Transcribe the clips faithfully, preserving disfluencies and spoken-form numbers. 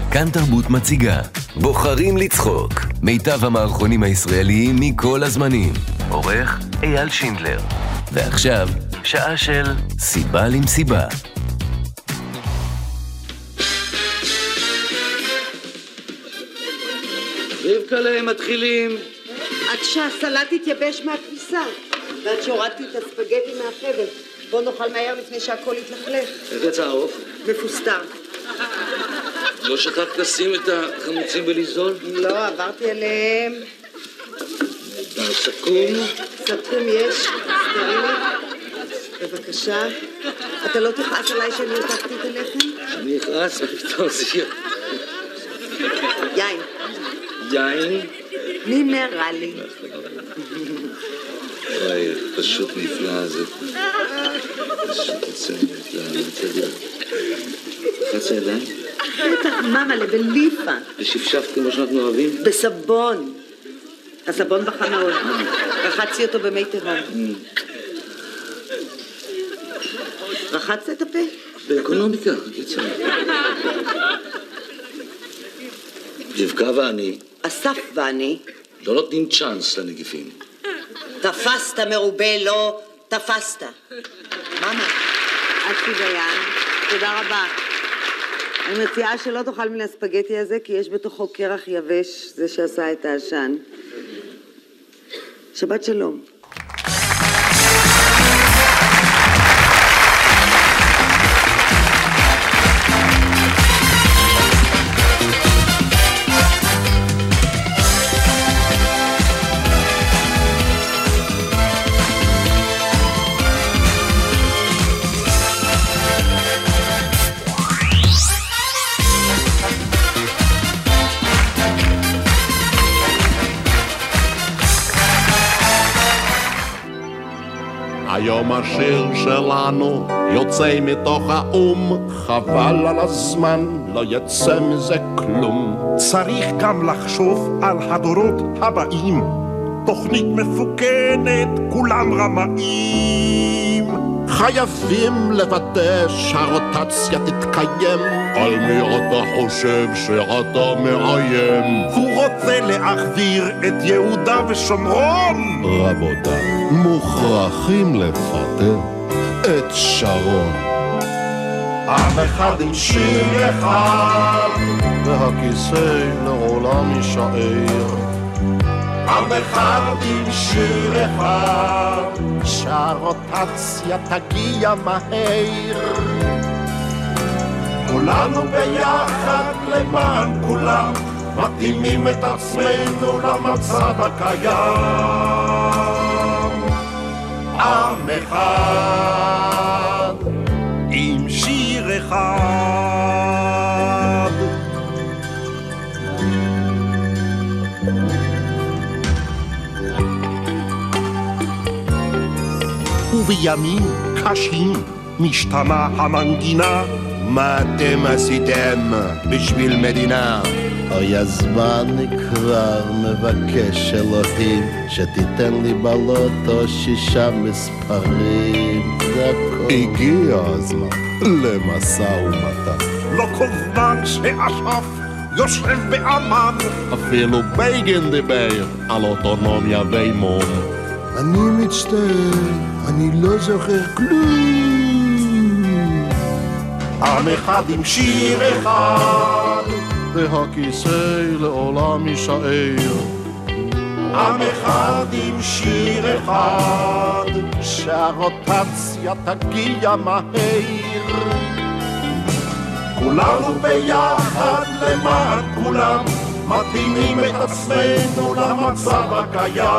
כאן תרבות מציגה בוחרים לצחוק, מיטב המערכונים הישראליים מכל הזמנים. עורך אייל שינדלר. ועכשיו שעה של סיבה למסיבה. רבקה להם מתחילים. עד שהסלט התייבש מהכביסה ועד שהורדתי את הספגטי מהחבל. בוא נאכל מהר לפני שהכל יתלכלך. איך יצא העוף? מפוסטר. לא שכחת לשים את החמוצים בליזול? לא, עברתי עליהם. נהדר, סכו"ם. סכו"ם יש, סטרילי. בבקשה. אתה לא תכעס עליי שאני הותקתי את הלחם? אני אכעס, פתאום זה יהיה. יין. יין? מינרלי. אוי, פשוט נפלא זה. פשוט יוצא נפלא, אני רוצה לדעת. חצה ידיים? בטח, ממלה, בליפה. ושפשפת כמו שאנחנו אוהבים? בסבון. הסבון בחמאות. רחצתי אותו במי תהום. רחצת את הפה? באקונומיקה, יצא. רבקה ואני. אסף ואני. לא נותנים צ'אנס לנגיפים. תפסת מרובה, לא תפסת. מאמה, עד שוויין. תודה רבה. אני מציעה שלא תאכל מן הספגטי הזה, כי יש בתוכו קרח יבש, זה שעשה את העשן. שבת שלום. היום השיר שלנו יוצא מתוך האום, חבל על הזמן, לא יצא מזה כלום. צריך גם לחשוב על הדורות הבאים, תוכנית מפוקנת, כולם רמאים. חייבים לוודא שהרוטציה תתקיים. על מי אתה חושב שאתה מאיים? הוא רוצה להחזיר את יהודה ושומרון. רבותיי, מוכרחים לפטר את שרון. עם אחד עם שיר אחד, והכיסא לעולם יישאר. עם אחד עם שיר אחד, שהרוטציה תגיע מהר. כולנו ביחד למען כולם, מתאימים את עצמנו למצב הקיים. עם אחד עם שיר אחד. ובימים קשים משתנה המנגינה. מה אתם עשיתם בשביל מדינה? אוי הזמן כבר מבקש אלוהים, שתיתן לי בלוטו שישה מספרים. הגיע הזמן למסע ומתן. לא כל זמן שאש"ף יושב באמן, אפילו בגין דיבר על אוטונומיה ואימון. אני מצטער, אני לא זוכר כלום. עם אחד עם שיר אחד, והכיסא לעולם יישאר. עם אחד עם שיר אחד, שהרוטציה תגיע מהר. כולנו ביחד למען כולם, מתאימים את עצמנו למצב הקיים.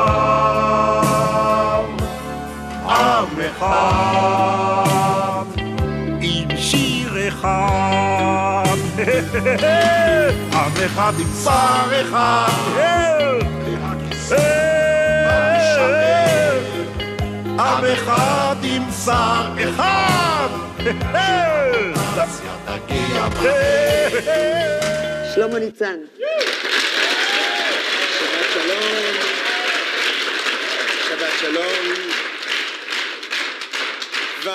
עם אחד עם שיר אחד, עם אחד עם שר אחד, עם אחד עם שר אחד. שלמה ניצן. שבת שלום. שבת שלום.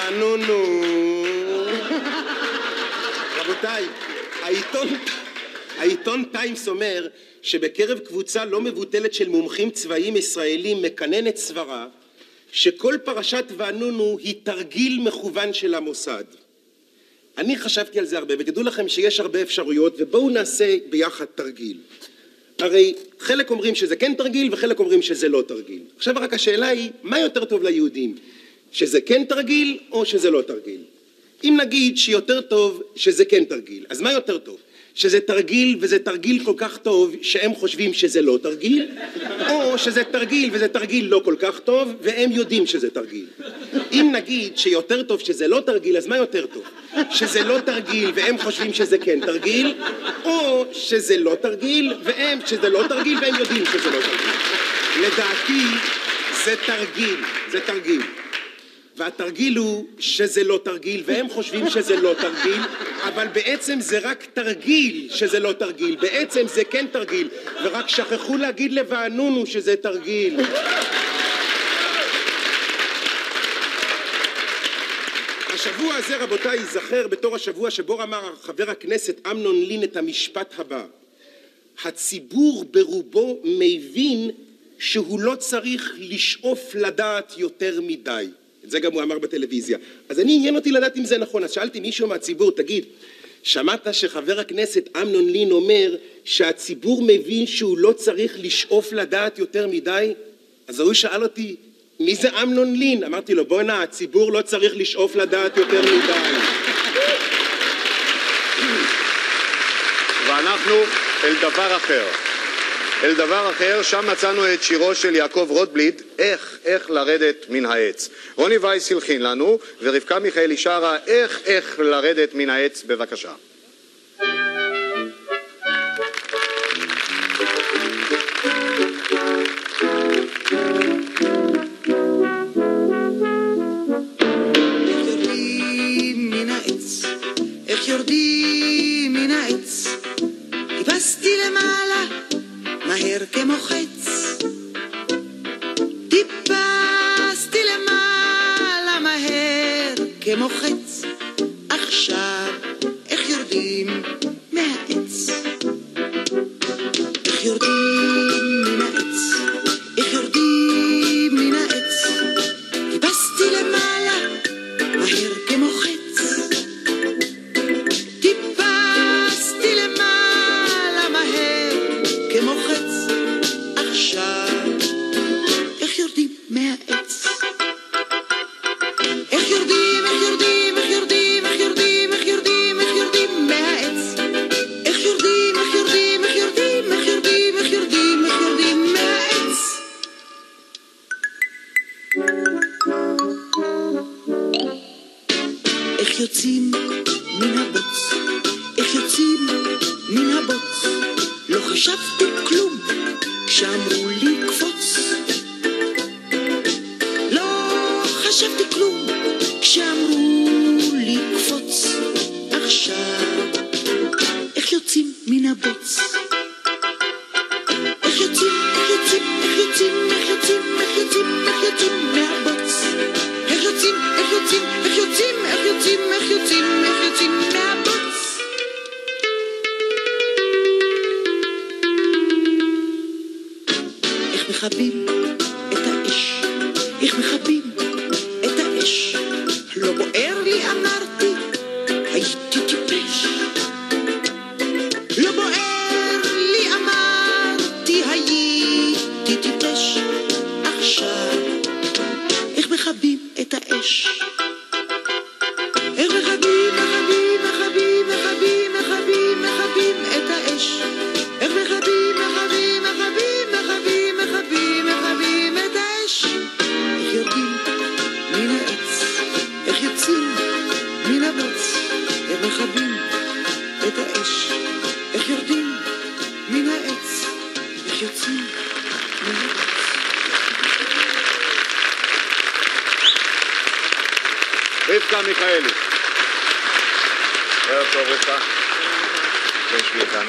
וענונו. רבותיי, העיתון, העיתון טיימס אומר שבקרב קבוצה לא מבוטלת של מומחים צבאיים ישראלים מקננת סברה שכל פרשת וענונו היא תרגיל מכוון של המוסד. אני חשבתי על זה הרבה, ותדעו לכם שיש הרבה אפשרויות, ובואו נעשה ביחד תרגיל. הרי חלק אומרים שזה כן תרגיל וחלק אומרים שזה לא תרגיל. עכשיו רק השאלה היא, מה יותר טוב ליהודים? שזה כן תרגיל או שזה לא תרגיל? אם נגיד שיותר טוב שזה כן תרגיל, אז מה יותר טוב? שזה תרגיל וזה תרגיל כל כך טוב שהם חושבים שזה לא תרגיל, או שזה תרגיל וזה תרגיל לא כל כך טוב והם יודעים שזה תרגיל. אם נגיד שיותר טוב שזה לא תרגיל, אז מה יותר טוב? שזה לא תרגיל והם חושבים שזה כן תרגיל, או שזה לא תרגיל והם, שזה לא תרגיל והם יודעים שזה לא תרגיל. לדעתי זה תרגיל, זה תרגיל. והתרגיל הוא שזה לא תרגיל, והם חושבים שזה לא תרגיל, אבל בעצם זה רק תרגיל שזה לא תרגיל, בעצם זה כן תרגיל, ורק שכחו להגיד לבענונו שזה תרגיל. השבוע הזה רבותיי ייזכר בתור השבוע שבו אמר חבר הכנסת אמנון לין את המשפט הבא: הציבור ברובו מבין שהוא לא צריך לשאוף לדעת יותר מדי. את זה גם הוא אמר בטלוויזיה. אז אני עניין אותי לדעת אם זה נכון. אז שאלתי מישהו מהציבור, תגיד, שמעת שחבר הכנסת אמנון לין אומר שהציבור מבין שהוא לא צריך לשאוף לדעת יותר מדי? אז הוא שאל אותי, מי זה אמנון לין? אמרתי לו, בוא נע, הציבור לא צריך לשאוף לדעת יותר מדי. ואנחנו אל דבר אחר. אל דבר אחר, שם מצאנו את שירו של יעקב רוטבליט, איך, איך לרדת מן העץ. רוני וייס הלחין לנו, ורבקה מיכאלי שרה, איך, איך לרדת מן העץ, בבקשה. איך יורדים מן העץ, טיפסתי למעלה מהר כמו חץ, טיפסתי למעלה מהר כמו חץ, עכשיו איך יורדים מהעץ, איך יורדים מן העץ, איך יורדים מן העץ, טיפסתי למעלה מהר כמו חץ, טיפסתי למעלה מהר כמו חץ, עכשיו איך יורדים מהעץ, איך יורדים, איך יורדים, איך יורדים, איך יורדים, איך יורדים, איך יורדים מהעץ, איך יורדים, איך יורדים, איך יורדים, איך יורדים, איך יורדים, איך יורדים מהעץ. איך יוצאים מן הבוץ, איך יוצאים מן הבוץ, לא חשבתי כלום כשאמרו לי קפוץ, לא חשבתי כלום כשאמרו לי קפוץ, עכשיו איך יוצאים מן הבוץ, איך יוצאים, איך יוצאים, איך יוצאים, איך יוצאים, איך יוצאים, איך יוצאים מהבוץ, איך יוצאים, איך יוצאים, איך יוצאים, איך יוצאים, איך יוצאים, איך יוצאים מהבוץ. איך מכבים את האש, איך מכבים את האש, לא בוער לי אמרתי, הייתי טיפש, לא בוער לי אמרתי, הייתי טיפש, עכשיו איך מכבים את האש, איך מכבים, מכבים, מכבים, מכבים, מכבים, מכבים את האש, איך מכבים, מכבים, מכבים, מכבים, מכבים, מכבים את האש, איך יורדים מן העץ, איך יוצאים מן הבוץ, איך מכבים את האש, איך יורדים מן העץ, איך יוצאים מן הבוץ. רבקה מיכאלי. ערב טוב רבקה. תשבי איתנו.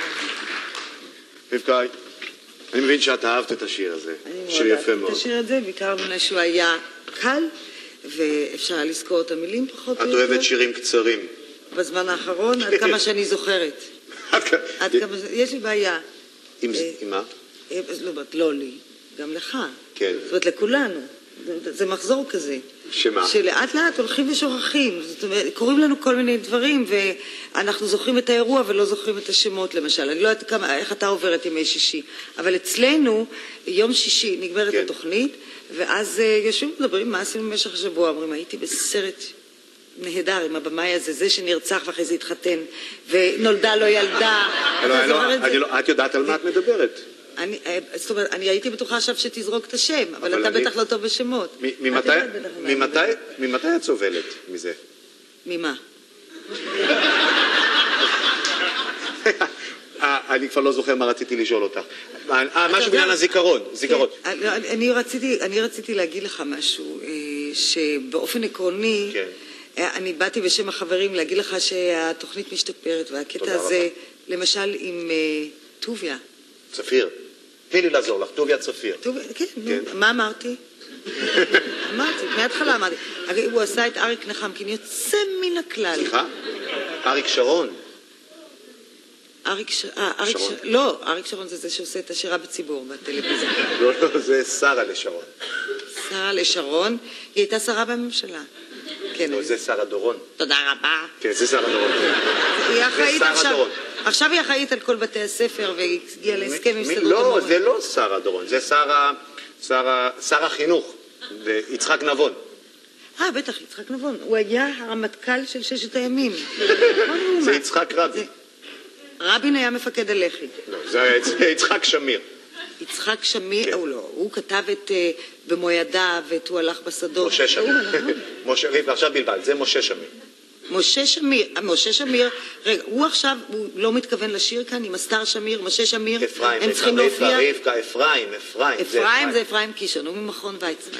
רבקה, אני מבין שאת אהבת את השיר הזה. שיר יפה מאוד. את השיר הזה, בעיקר בגלל שהוא היה קל, ואפשר היה לזכור את המילים פחות או את יותר. אוהבת שירים קצרים. בזמן האחרון, עד כמה שאני זוכרת. עד כמה... יש לי בעיה. עם מה? לא לי, גם לך. כן. זאת אומרת, לכולנו. זה מחזור כזה. שמה? שלאט לאט הולכים ושוכחים. זאת אומרת, קוראים לנו כל מיני דברים, ואנחנו זוכרים את האירוע ולא זוכרים את השמות, למשל. אני לא יודעת כמה, איך אתה עובר את ימי שישי. אבל אצלנו, יום שישי נגמרת כן. התוכנית, ואז יושבים מדברים מה עשינו במשך השבוע. אומרים, הייתי בסרט נהדר עם הבמאי הזה, זה שנרצח ואחרי זה התחתן, ונולדה לו ילדה. את יודעת על מה את מדברת? אני, זאת אומרת, אני הייתי בטוחה עכשיו שתזרוק את השם, אבל, אבל אתה אני... בטח לא טוב בשמות. ממתי, ממתי, ממתי את סובלת מזה? ממה? אני כבר לא זוכר מה רציתי לשאול אותך. משהו בעניין הזיכרון, זיכרון. אני רציתי, אני רציתי להגיד לך משהו, שבאופן עקרוני, אני באתי בשם החברים להגיד לך שהתוכנית משתפרת, והקטע הזה, למשל עם טוביה. צפיר. תני לי לעזור לך, טוביה צפיר. כן, מה אמרתי? אמרתי, מההתחלה אמרתי. הרי הוא עשה את אריק נחמקין, יוצא מן הכלל. סליחה? אריק שרון. אריק שרון. לא, אריק שרון זה זה שעושה את השירה בציבור בטלוויזיה. לא, לא, זה שרה לשרון. שרה לשרון, היא הייתה שרה בממשלה. לא, זה שרה דורון. תודה רבה. כן, זה שרה דורון. היא אחראית עכשיו. עכשיו היא אחראית על כל בתי הספר והגיעה להסכם עם הסתדרות המורים. לא, זה לא שרה דורון, זה שר החינוך, יצחק נבון. אה, בטח, יצחק נבון. הוא היה הרמטכ"ל של ששת הימים. זה יצחק רבין. רבין היה מפקד הלח"י. לא, זה יצחק שמיר. יצחק שמיר, הוא לא, הוא כתב את במוידה ואת הוא הלך בשדות. משה שמיר. משה ריב, עכשיו בלבל, זה משה שמיר. משה שמיר, משה שמיר, רגע, הוא עכשיו, הוא לא מתכוון לשיר כאן עם הסטאר שמיר, משה שמיר, הם צריכים להופיע. רבקה, אפרים, אפרים. אפרים זה אפרים קישון, הוא ממכון ויצמן.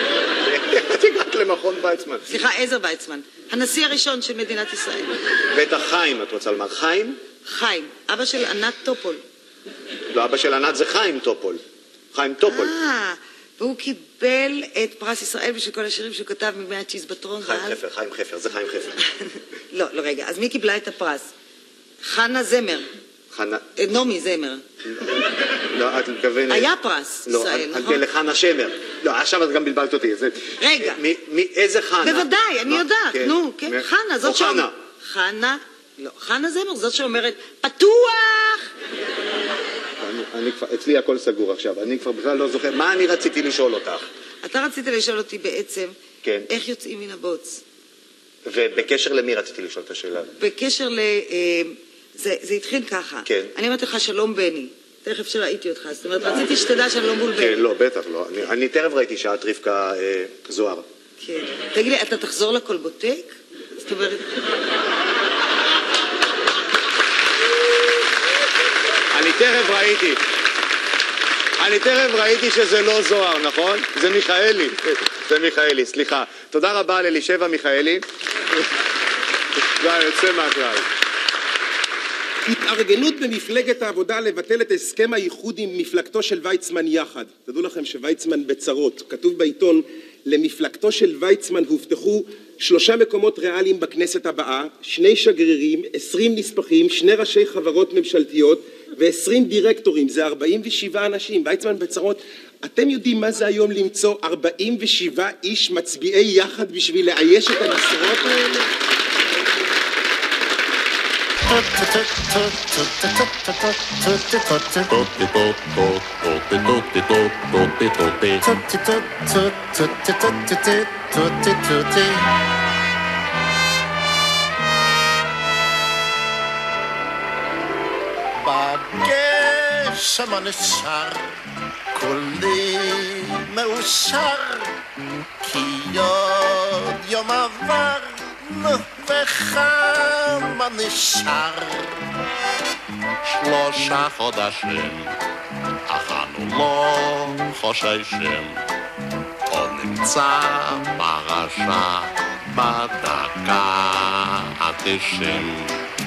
תגעת למכון ויצמן. סליחה, עזר ויצמן, הנשיא הראשון של מדינת ישראל. בטח חיים, את רוצה לומר חיים? חיים, אבא של ענת טופול. לא, אבא של ענת זה חיים טופול. חיים טופול. אה, והוא קיבל את פרס ישראל בשביל כל השירים שהוא כתב ממי הצ'יזבטרון. חיים חפר, חיים חפר, זה חיים חפר. לא, לא, רגע, אז מי קיבלה את הפרס? חנה זמר. חנה... נומי זמר. לא, את מתכוונת... היה פרס ישראל, נכון? לחנה שמר. לא, עכשיו את גם בלבלת אותי. רגע. מאיזה חנה? בוודאי, אני יודעת. נו, כן, חנה, זאת שאומרת... או חנה. חנה, לא, חנה זמר, זאת שאומרת, פתוח! אני כבר, אצלי הכל סגור עכשיו, אני כבר בכלל לא זוכר, מה אני רציתי לשאול אותך? אתה רצית לשאול אותי בעצם, כן. איך יוצאים מן הבוץ? ובקשר למי רציתי לשאול את השאלה? בקשר ל... זה, זה התחיל ככה. כן. אני אמרתי לך שלום בני, תכף שראיתי אותך, זאת אומרת, רציתי שתדע שאני לא מול בני. כן, לא, בטח לא, אני, אני תכף ראיתי שאת רבקה אה, זוהר. כן. תגיד לי, אתה תחזור לקולבוטק? זאת אומרת... אני תכף ראיתי, אני תכף ראיתי שזה לא זוהר, נכון? זה מיכאלי, זה מיכאלי, סליחה. תודה רבה לאלישבע מיכאלי. זה יוצא מהכלל. התארגנות במפלגת העבודה לבטל את הסכם הייחוד עם מפלגתו של ויצמן יחד. תדעו לכם שוויצמן בצרות. כתוב בעיתון, למפלגתו של ויצמן הובטחו שלושה מקומות ריאליים בכנסת הבאה, שני שגרירים, עשרים נספחים, שני ראשי חברות ממשלתיות ועשרים דירקטורים, זה ארבעים ושבעה אנשים. ויצמן בצרות. אתם יודעים מה זה היום למצוא ארבעים ושבעה איש מצביעי יחד בשביל לאייש את המשרות האלה? בגשם הנשר כולי מאושר כי עוד יום עבר וכמה נשאר שלושה חודשים אך אנו לא חוששים עוד נמצא פרשה בדקה התשעים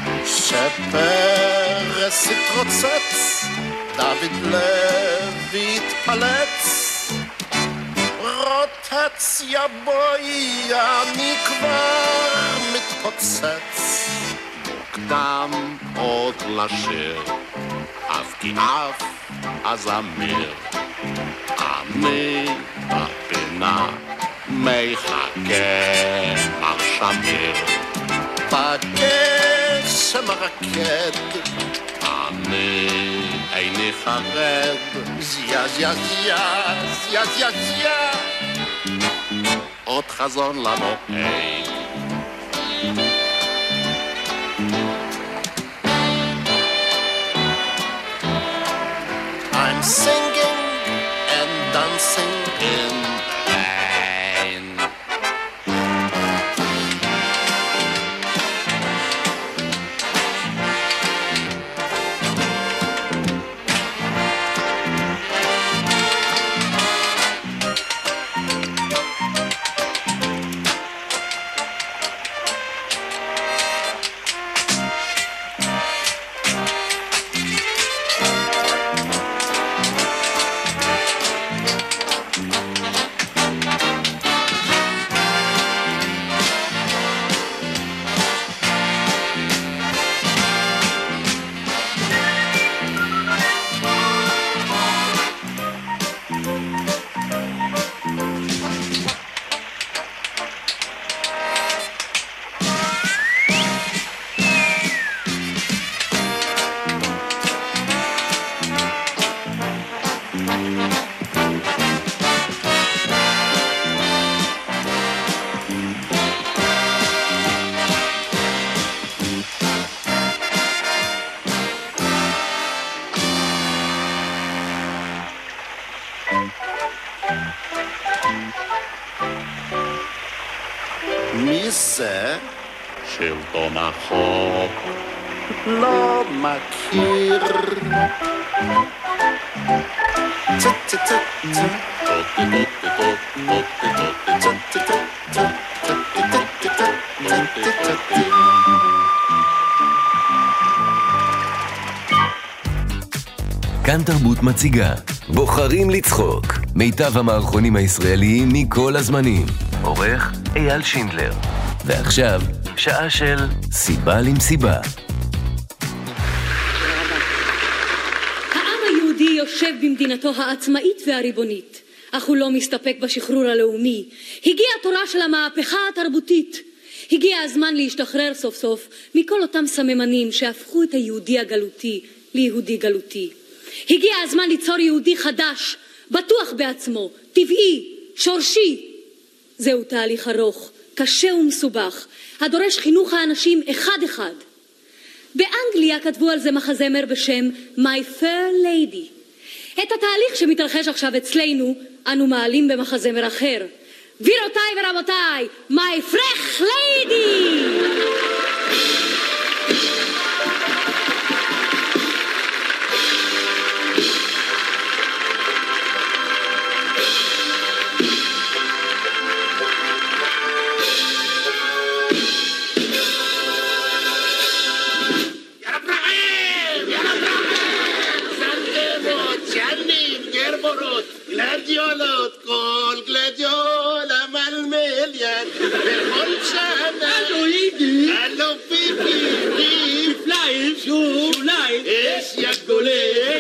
שפרס התרוצץ דוד לוי התפלץ רוטץ יבואי אני כבר מתפוצץ מוקדם עוד לשיר, אף כי אף הזמיר. אני בפינה מחכה מר שמיר, בגשם הרקד אני איני חרד, זיה זיה זיה זיה זיה זיה, עוד חזון למועד. I'm singing and dancing in the rain. מי זה? שלטון החוק לא מכיר. כאן תרבות מציגה בוחרים לצחוק, מיטב המערכונים הישראליים מכל הזמנים. עורך אייל שינדלר. ועכשיו שעה של סיבה למסיבה. העם היהודי יושב במדינתו העצמאית והריבונית, אך הוא לא מסתפק בשחרור הלאומי. הגיע תורה של המהפכה התרבותית. הגיע הזמן להשתחרר סוף סוף מכל אותם סממנים שהפכו את היהודי הגלותי ליהודי גלותי. הגיע הזמן ליצור יהודי חדש, בטוח בעצמו, טבעי, שורשי. זהו תהליך ארוך, קשה ומסובך, הדורש חינוך האנשים אחד אחד. באנגליה כתבו על זה מחזמר בשם My Fair Lady. את התהליך שמתרחש עכשיו אצלנו אנו מעלים במחזמר אחר. גבירותיי ורבותיי, My Fresh Lady! גלדיולות, כל גלדיולה מלמל יד בכל שנה. הלו אידי, הלו פיפי, כפליים, שוליים, אש יגולש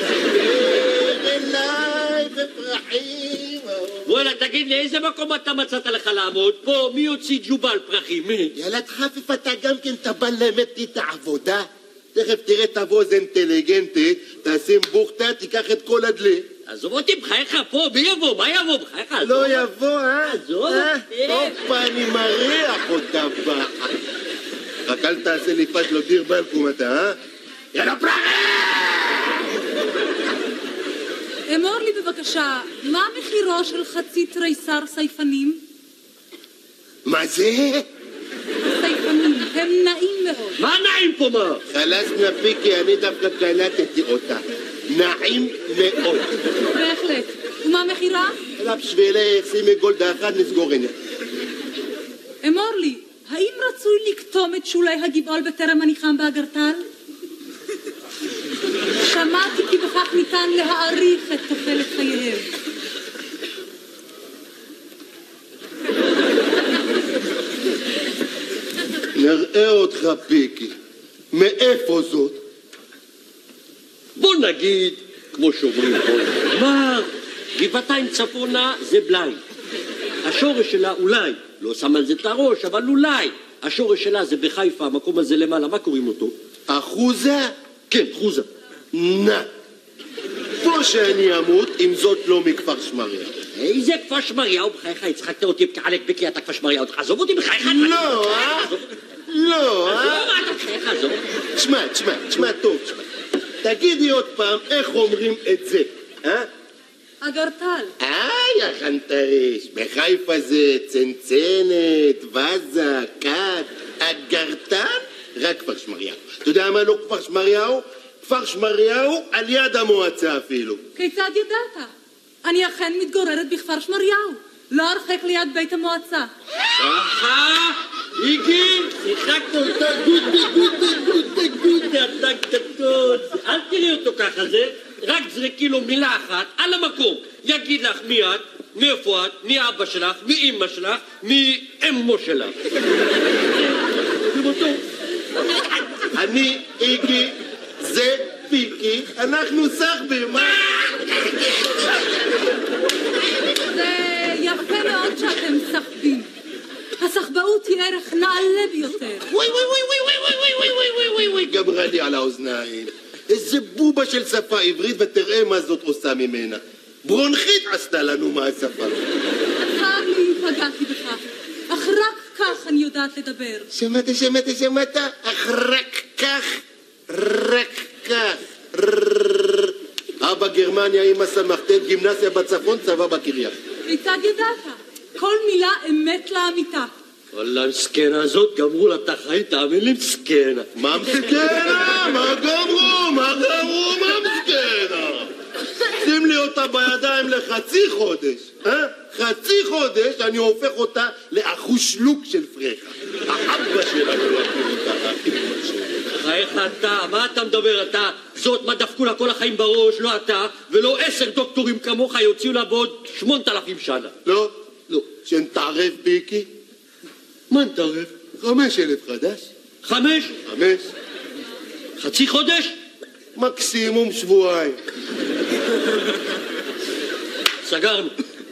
אליי בפרחים. וואלה, תגיד לי, איזה מקום אתה מצאת לך לעמוד? פה, מי יוציא ג'ובל פרחים? מי? יאללה, תחפף, אתה גם כן תבא למד לי את העבודה. תכף תראה תבוא איזה אינטליגנטית, תשים בוכתה, תיקח את כל הדלי. עזוב אותי, בחייך פה, מי יבוא? מה יבוא? בחייך, עזוב. לא יבוא, אה? עזוב. הופה, אני מריח אותה בה. רק אל תעשה לי פת לא דיר בלקום אתה, אה? יאללה פרחים! אמור לי בבקשה, מה מחירו של חצי תריסר סייפנים? מה זה? הסייפנים, הם נעים מאוד. מה נעים פה מה? חלס נפיקי, אני דווקא קלטתי אותה. נעים מאוד. בהחלט. ומה מחירה? אלא בשבילך, שימי גולדה אחת, נסגור עניין. אמור לי, האם רצוי לקטום את שולי הגבעול בטרם הניחם באגרטל? שמעתי כי בכך ניתן להעריך את תוחלת חייהם. נראה אותך פיקי. מאיפה זאת? בוא נגיד, כמו שאומרים כל דבר, גבעתיים צפונה זה בליי. השורש שלה אולי, לא שם על זה את הראש, אבל אולי, השורש שלה זה בחיפה, המקום הזה למעלה, מה קוראים אותו? אחוזה? כן, חוזה. נא. פה שאני אמות, אם זאת לא מכפר שמריהו. איזה כפר שמריהו? בחייך, הצחקת אותי בקעלק בקי, אתה כפר שמריהו, תעזוב אותי בחייך. לא, אה? לא, אה? עזוב, מה אתה בחייך, עזוב? תשמע, תשמע, תשמע טוב, תשמע. תגידי עוד פעם איך אומרים את זה, אה? אגרטל. אה, יא חנטריש, בחיפה זה צנצנת, וזה, כת, אגרטל, רק כפר שמריהו. אתה יודע מה לא כפר שמריהו? כפר שמריהו על יד המועצה אפילו. כיצד ידעת? אני אכן מתגוררת בכפר שמריהו, לא הרחק ליד בית המועצה. ככה, איגי, שיחקת אותה גוטה גוטה גוטה גוטה, אתה קטטות. אל תראי אותו ככה, זה רק זרקי לו מילה אחת על המקום. יגיד לך מי את, מאיפה את, מי אבא שלך, מי אמא שלך, מי אמו שלך. אני איגי, זה פיקי, אנחנו סחבים, מה? זה יפה מאוד שאתם סחבים. הסחבאות היא ערך נעלה ביותר. וואי וואי וואי וואי וואי וואי וואי וואי וואי וואי גמרה לי על האוזניים. איזה בובה של שפה עברית, ותראה מה זאת עושה ממנה. ברונכית עשתה לנו מהשפה. צר לי, פגעתי בך. אך רק כך אני יודעת לדבר. שמעת, שמעת, שמעת? אך רק כך, רק כך. אבא גרמניה, אמא סמכתן, גימנסיה בצפון, צבא בקריה. כיצד ידעת? כל מילה אמת לאמיתה. וואלה, מסכנה הזאת, גמרו לה את החיים, תאמין לי מסכנה. מה מסכנה? מה גמרו? מה גמרו? מה מסכנה? שים לי אותה בידיים לחצי חודש, אה? חצי חודש אני הופך אותה לאחושלוק של פרחה. האבא שלה לא יכיר אותה, האמא שלה. איך אתה? מה אתה מדבר אתה? זאת מה דפקו לה כל החיים בראש, לא אתה, ולא עשר דוקטורים כמוך יוציאו לה בעוד שמונת אלפים שנה. לא, לא. שנתערב פיקי? מה נתערב? חמש אלף חדש. חמש? חמש. חצי חודש? מקסימום שבועיים. סגרנו.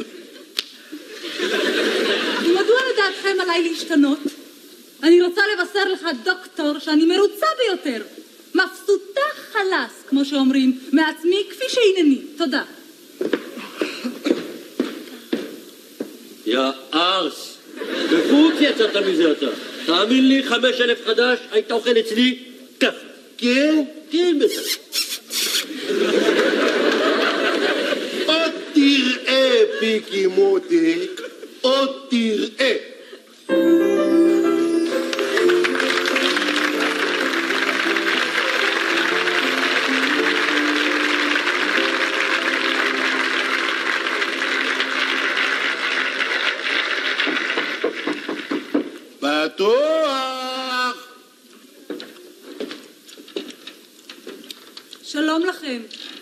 מדוע לדעתכם עליי להשתנות? אני רוצה לבשר לך, דוקטור, שאני מרוצה ביותר. מפסוטה חלס, כמו שאומרים, מעצמי כפי שהנני. תודה. יא ארס, בחוץ יצאת מזה אתה. תאמין לי, חמש אלף חדש, היית אוכל אצלי ככה. כן? כן, בטח. עוד תראה, פיקי מותק, עוד תראה. בטוח. שלום לכם.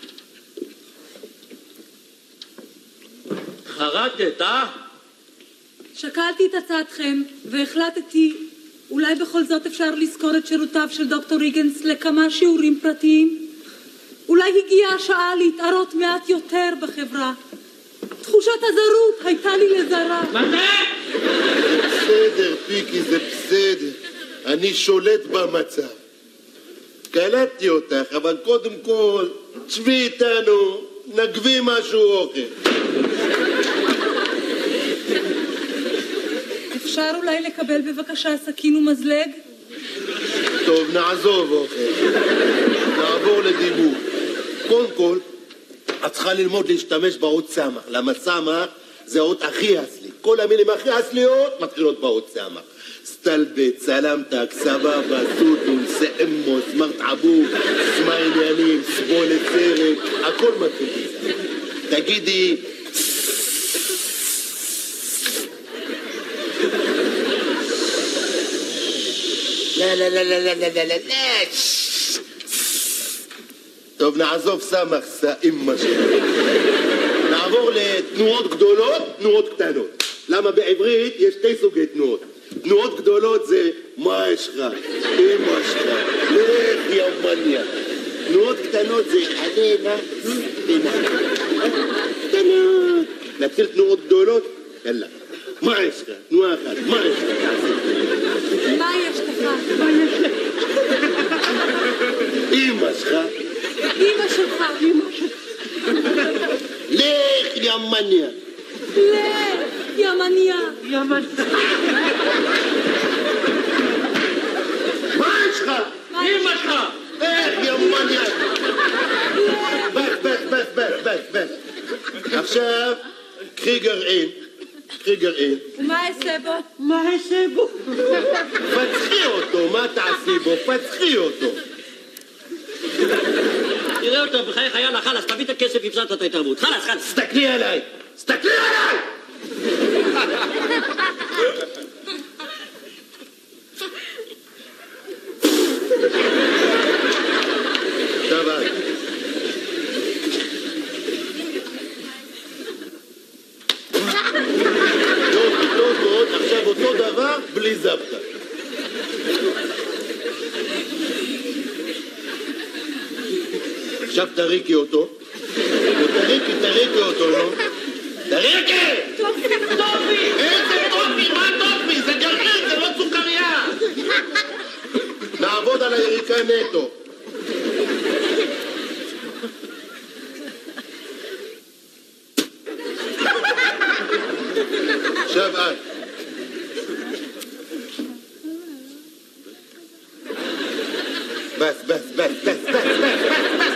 חרטת, אה? שקלתי את הצעתכם והחלטתי, אולי בכל זאת אפשר לזכור את שירותיו של דוקטור ריגנס לכמה שיעורים פרטיים. אולי הגיעה השעה להתערות מעט יותר בחברה. תחושת הזרות הייתה לי לזרה. מה זה? זה בסדר, פיקי, זה בסדר. אני שולט במצב. קלטתי אותך, אבל קודם כל, תשבי איתנו, נגבי משהו אוכל. אפשר אולי לקבל בבקשה סכין ומזלג? טוב, נעזוב אוכל. נעבור לדיבור. קודם כל, את צריכה ללמוד להשתמש באות סמך. למה סמך זה האות הכי אסלי. כל המילים הכי אסליות מתחילות באות סמך. סטלבט, סלמתק, סבבה, סוטון, סאמוס, מרתעבו, סמייניינים, סבולת סרט, הכל מתחיל בזה. תגידי... לא, לא, לא, לא, לא, לא, לא, לא, טוב, נעזוב סמך, סאימא שלנו. נעבור לתנועות גדולות, תנועות קטנות. למה בעברית יש שתי סוגי תנועות. תנועות גדולות זה מה יש לך? אמא שלך, לך יא מניאק. תנועות קטנות זה עלינה, עלינה. קטנות. להתחיל תנועות גדולות? יאללה. מה יש לך? תנועה אחת, מה יש לך? מה יש לך? מה יש לך? אמא שלך. אמא שלך. אמא שלך. לך יא מניאק. לך יא מניאק. יא מניאק. מה יש לך? אמא שלך. איך יא מניאק. בס, בס, בס, בס, בס, בס. עכשיו, קחי גרעין. קחי גרעין. ומה אעשה בו? מה אעשה בו? פצחי אותו, מה תעשי בו? פצחי אותו. תראה אותו, בחייך יאללה, חלאס, תביא את הכסף, הפסדת את ההתערבות. חלאס, חלאס. סתכלי עליי! סתכלי עליי! עכשיו את. טוב, טוב מאוד, עכשיו אותו דבר בלי זבטה. עכשיו תריקי אותו. תריקי, תריקי אותו, לא? תריקי! טופי! טופי! איזה טופי? מה טופי? זה גרעין, זה לא סוכריה! נעבוד על היריקה נטו. עכשיו את. בס, בס, בס, בס, בס, בס, בס.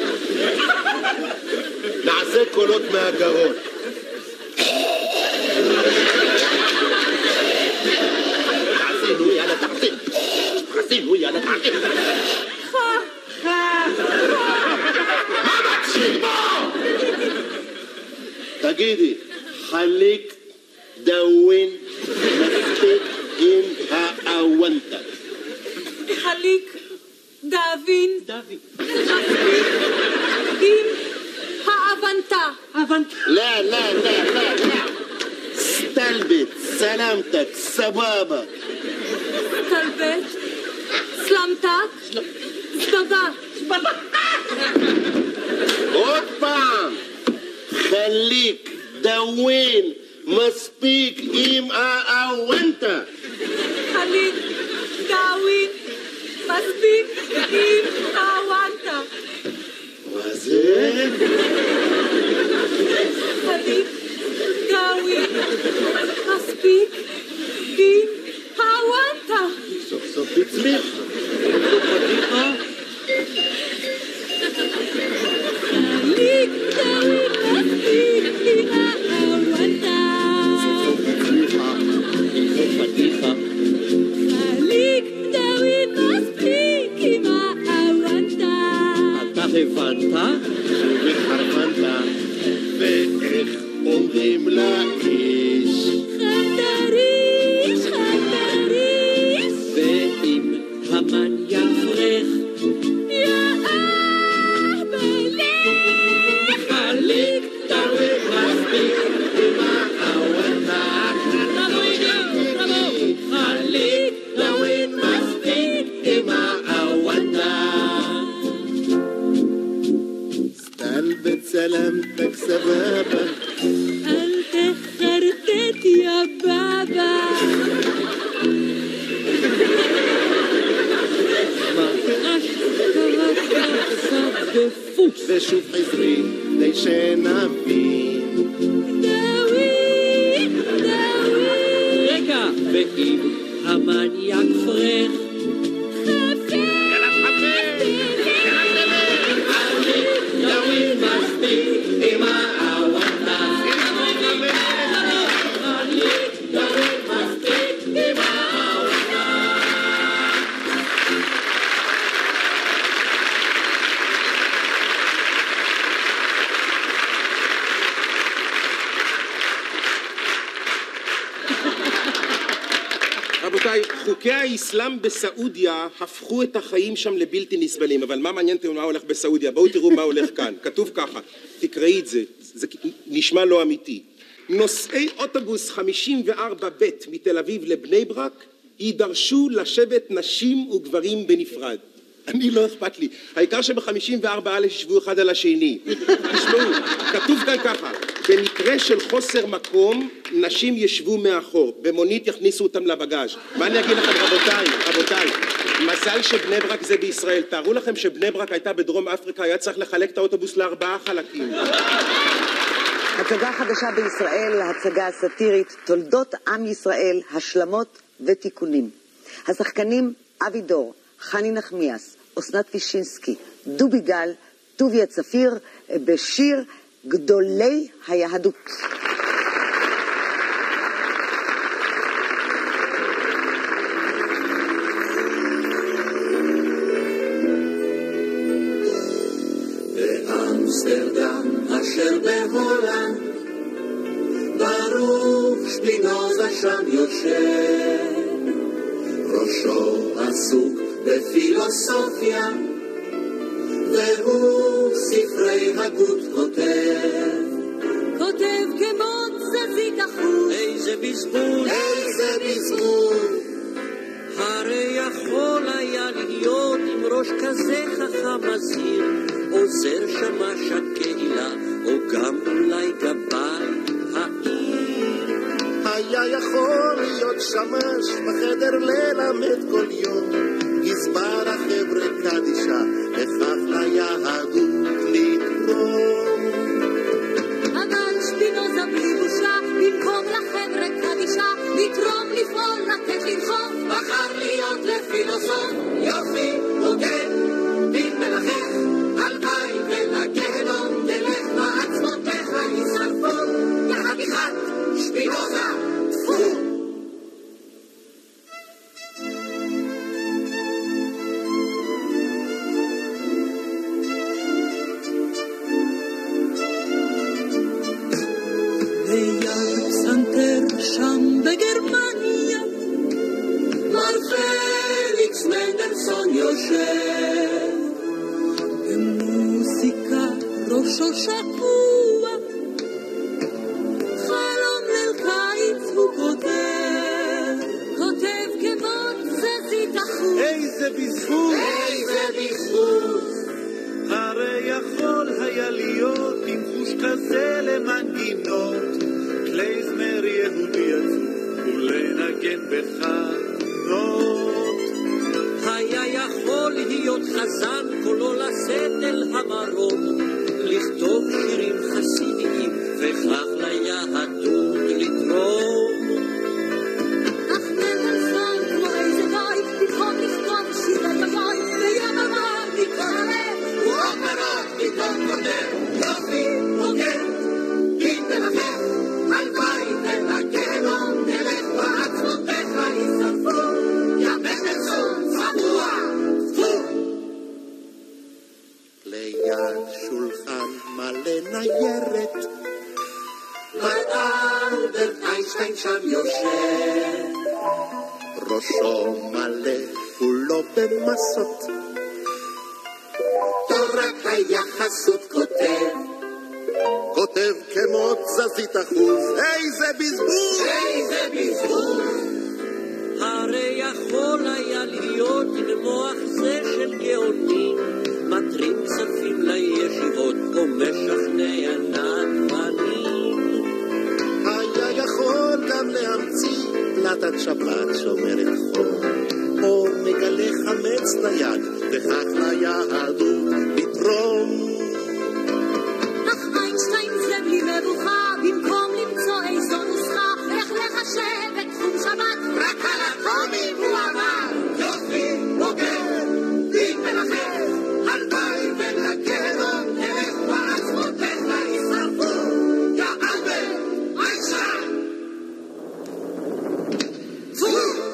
נעשה קולות מהגרון. תעשינו, יאללה, תעשינו. תעשינו, יאללה, תעשינו. חה! חה! מה מקשיב בו? תגידי, חליק דאווין מספיק עם האוונטה. חליק דאווין דוד. מספיק עם האבנתה. אבנתה. לא, לא, לא, לא, לא. סטלבט, סלמתק, סבבה. סטלבט, סלמתק, סבבה. עוד פעם. חליק דאווין מספיק עם האוונטה. חליק דאווין מספיק עם האוונטה. מה זה? חליק דאווין מספיק עם האוונטה. סוף סוף הצליח. חליק דאווין מספיק עם האוונטה. חליק דאווין מספיק עם האוונטה. אתה הבנת? וחרפנת, ואיך אומרים לאיש? חדריש, חדריש. ואם המן יפרח יא אהבלך. חליק דאווין מספיק עם האוונטה. חליק דאווין מספיק עם האוונטה. סטלבט סלמתק סבבה. אל תחרטט יא בבא. מה קרה עכשיו בפוס? ושוב חזרי כדי שנבין. דאווין, דאווין. רגע, ואם המן יפרח דאווין מספיק עם האוונטה. דאווין מספיק עם האוונטה. רבותיי, חוקי האסלאם בסעודיה הפכו את החיים שם לבלתי נסבלים, אבל מה מעניין אתכם מה הולך בסעודיה? בואו תראו מה הולך כאן. כתוב ככה, תקראי את זה, זה נשמע לא אמיתי. נוסעי אוטובוס חמישים וארבע ב' מתל אביב לבני ברק יידרשו לשבת נשים וגברים בנפרד. אני לא אכפת לי. העיקר שב-חמישים וארבע א' ישבו אחד על השני. תשמעו, כתוב כאן ככה, במקרה של חוסר מקום, נשים ישבו מאחור. במונית יכניסו אותם לבגאז'. מה אני אגיד לכם, רבותיי, רבותיי, מזל שבני ברק זה בישראל. תארו לכם שבני ברק הייתה בדרום אפריקה, היה צריך לחלק את האוטובוס לארבעה חלקים. הצגה חדשה בישראל, הצגה סאטירית, תולדות עם ישראל, השלמות ותיקונים. השחקנים אבי דור, חני נחמיאס, אסנת וישינסקי, דובי גל, טוביה צפיר, בשיר גדולי היהדות. באמסטרדם אשר בהולנד, ברוך שפינוזה שם יושב, ראשו עסוק בפילוסופיה, והוא ספרי הגות כותב. כותב כמו תזזית החוץ. איזה בזבוז, איזה בזבוז. הרי יכול היה להיות עם ראש כזה חכם מזהיר, עוזר שמש הקהילה, או גם אולי גבאי העיר. היה יכול להיות שמש בחדר ללמד כל יום, גזבר החבר'ה קדישה, וכך ליהדות לתרום. אבל שפינוזה בלי בושה, במקום לחבר'ה קדישה, לתרום, לפעול, לתת, למחור, בחר להיות לפילוסוף, יופי, הוגן, דין מלאכך, הלוואי ולגיהנום, תלך בעצמותיך ישרפות, לחתיכת שפינוזה, תפו. ליד פסנתר שם בגרמניה, מר פליקס מנדלסון יושב, במוזיקה ראשו שקוע, חלום ליל קיץ הוא כותב, כותב כמו תזזית החוץ. איזה בזבוז, איזה בזבוז. הרי יכול היה להיות עם חוש כזה למנגינות, קלייזמר יהודי עצוב ולנגן בחנות. היה יכול להיות חזן, קולו לשאת אל המרום, לכתוב שירים חסידיים וכך ליהדות לתרום. אך מנדלסון כמו איזה גוי, במקום לכתוב שירי גוי, ויממה מכל הלב, הוא אופרות פתאום כותב, יופי, הוגן, דין מלאכך, הלוואי ולגיהנום, תלך בעצמותיך ישרפו, יא מנדלסון צבוע, תפו. ליד שולחן מלא ניירת, מר אלברט איינשטיין שם יושב, ראשו מלא כולו במסות, תורת היחסות כותב, כותב כמו תזזית אחוז. איזה בזבוז, איזה בזבוז. הרי יכול היה להיות עם מוח זה של גאונים, מטרים כספים לישיבות או משכנע נדבנים. היה יכול גם להמציא פלטת שבת שומרת חום, או מגלה חמץ נייד, וכך ליהדות לתרום. אך איינשטיין זה בלי מבוכה, במקום למצוא איזו נוסחה, איך לחשב את תחום שבת, רק על הטומים הוא אמר, יופי, הוגן, דין מלאכך, הלוואי ולגיהנום, תלך בעצמותיך ישרפו, יא אלברט איינשטיין. תפו.